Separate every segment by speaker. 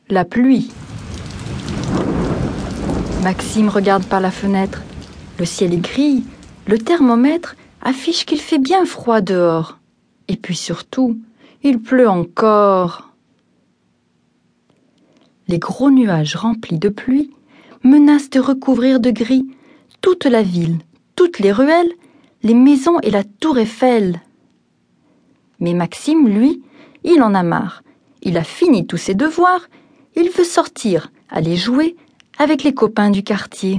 Speaker 1: la pluie. Maxime regarde par la fenêtre. Le ciel est gris, le thermomètre affiche qu'il fait bien froid dehors. Et puis surtout, il pleut encore. Les gros nuages remplis de pluie menacent de recouvrir de gris toute la ville, toutes les ruelles, les maisons et la tour Eiffel. Mais Maxime, lui, il en a marre. Il a fini tous ses devoirs. Il veut sortir, aller jouer avec les copains du quartier.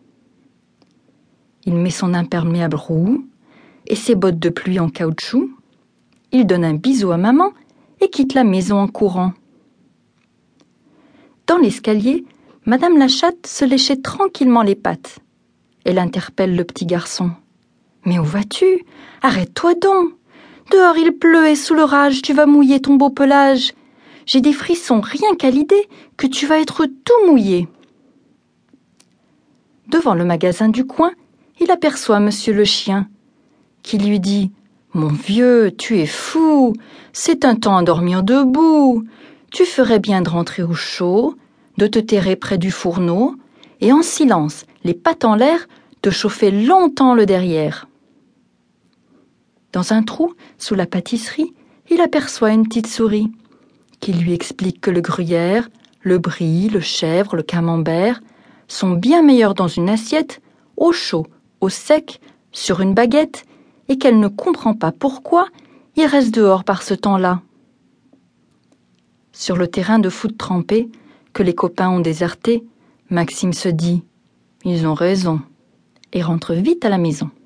Speaker 1: Il met son imperméable roux et ses bottes de pluie en caoutchouc. Il donne un bisou à maman et quitte la maison en courant. Dans l'escalier, Madame la chatte se léchait tranquillement les pattes. Elle interpelle le petit garçon. « Mais où vas-tu ? Arrête-toi donc ! Dehors il pleut et sous l'orage tu vas mouiller ton beau pelage. J'ai des frissons rien qu'à l'idée que tu vas être tout mouillé. » Devant le magasin du coin, il aperçoit monsieur le chien, qui lui dit « Mon vieux, tu es fou, c'est un temps à dormir debout. Tu ferais bien de rentrer au chaud, de te terrer près du fourneau, et en silence, les pattes en l'air, te chauffer longtemps le derrière. » Dans un trou, sous la pâtisserie, il aperçoit une petite souris, qui lui explique que le gruyère, le brie, le chèvre, le camembert sont bien meilleurs dans une assiette, au chaud, au sec, sur une baguette, et qu'elle ne comprend pas pourquoi il reste dehors par ce temps-là. Sur le terrain de foot trempé, que les copains ont déserté, Maxime se dit « Ils ont raison » et rentre vite à la maison.